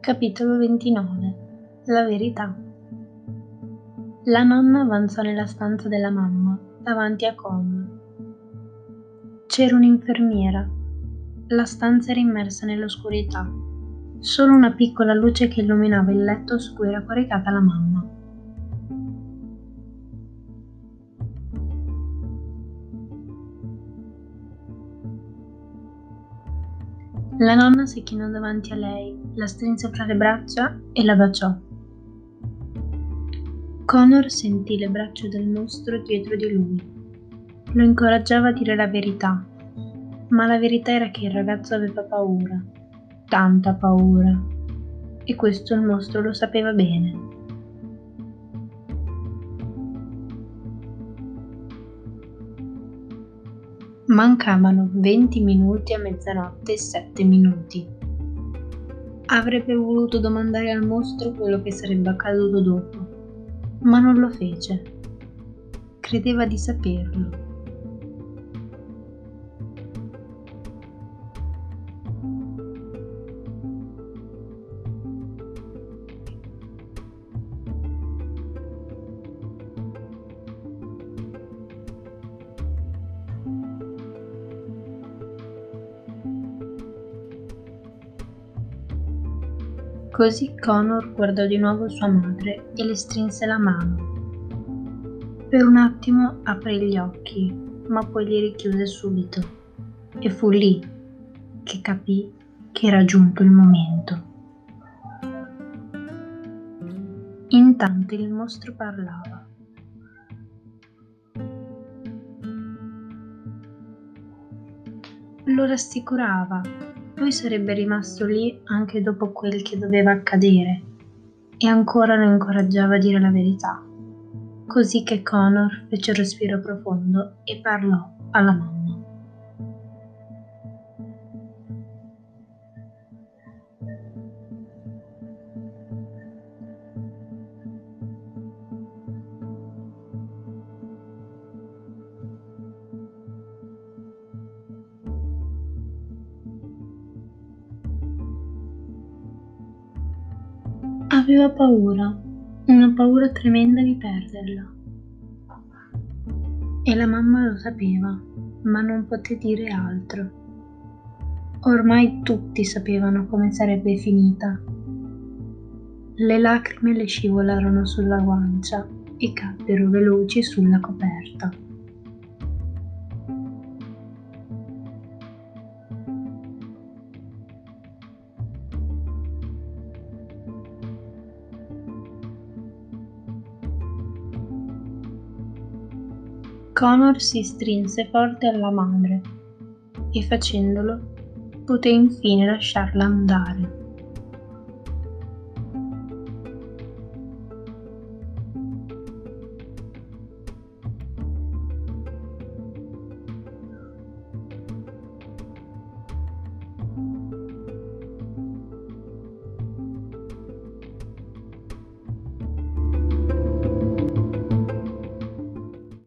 Capitolo 29. La verità. La nonna avanzò nella stanza della mamma, davanti a Connor. C'era un'infermiera. La stanza era immersa nell'oscurità. Solo una piccola luce che illuminava il letto su cui era coricata la mamma. La nonna si chinò davanti a lei, la strinse fra le braccia e la baciò. Connor sentì le braccia del mostro dietro di lui. Lo incoraggiava a dire la verità, ma la verità era che il ragazzo aveva paura, tanta paura, e questo il mostro lo sapeva bene. Mancavano 20 minuti a mezzanotte e 7 minuti. Avrebbe voluto domandare al mostro quello che sarebbe accaduto dopo, ma non lo fece. Credeva di saperlo. Così Connor guardò di nuovo sua madre e le strinse la mano. Per un attimo aprì gli occhi, ma poi li richiuse subito. E fu lì che capì che era giunto il momento. Intanto il mostro parlava. Lo rassicurava. Lui sarebbe rimasto lì anche dopo quel che doveva accadere, e ancora lo incoraggiava a dire la verità. Così che Connor fece un respiro profondo e parlò alla mamma. Aveva paura, una paura tremenda di perderla. E la mamma lo sapeva, ma non poté dire altro. Ormai tutti sapevano come sarebbe finita. Le lacrime le scivolarono sulla guancia e caddero veloci sulla coperta. Connor si strinse forte alla madre e facendolo poté infine lasciarla andare.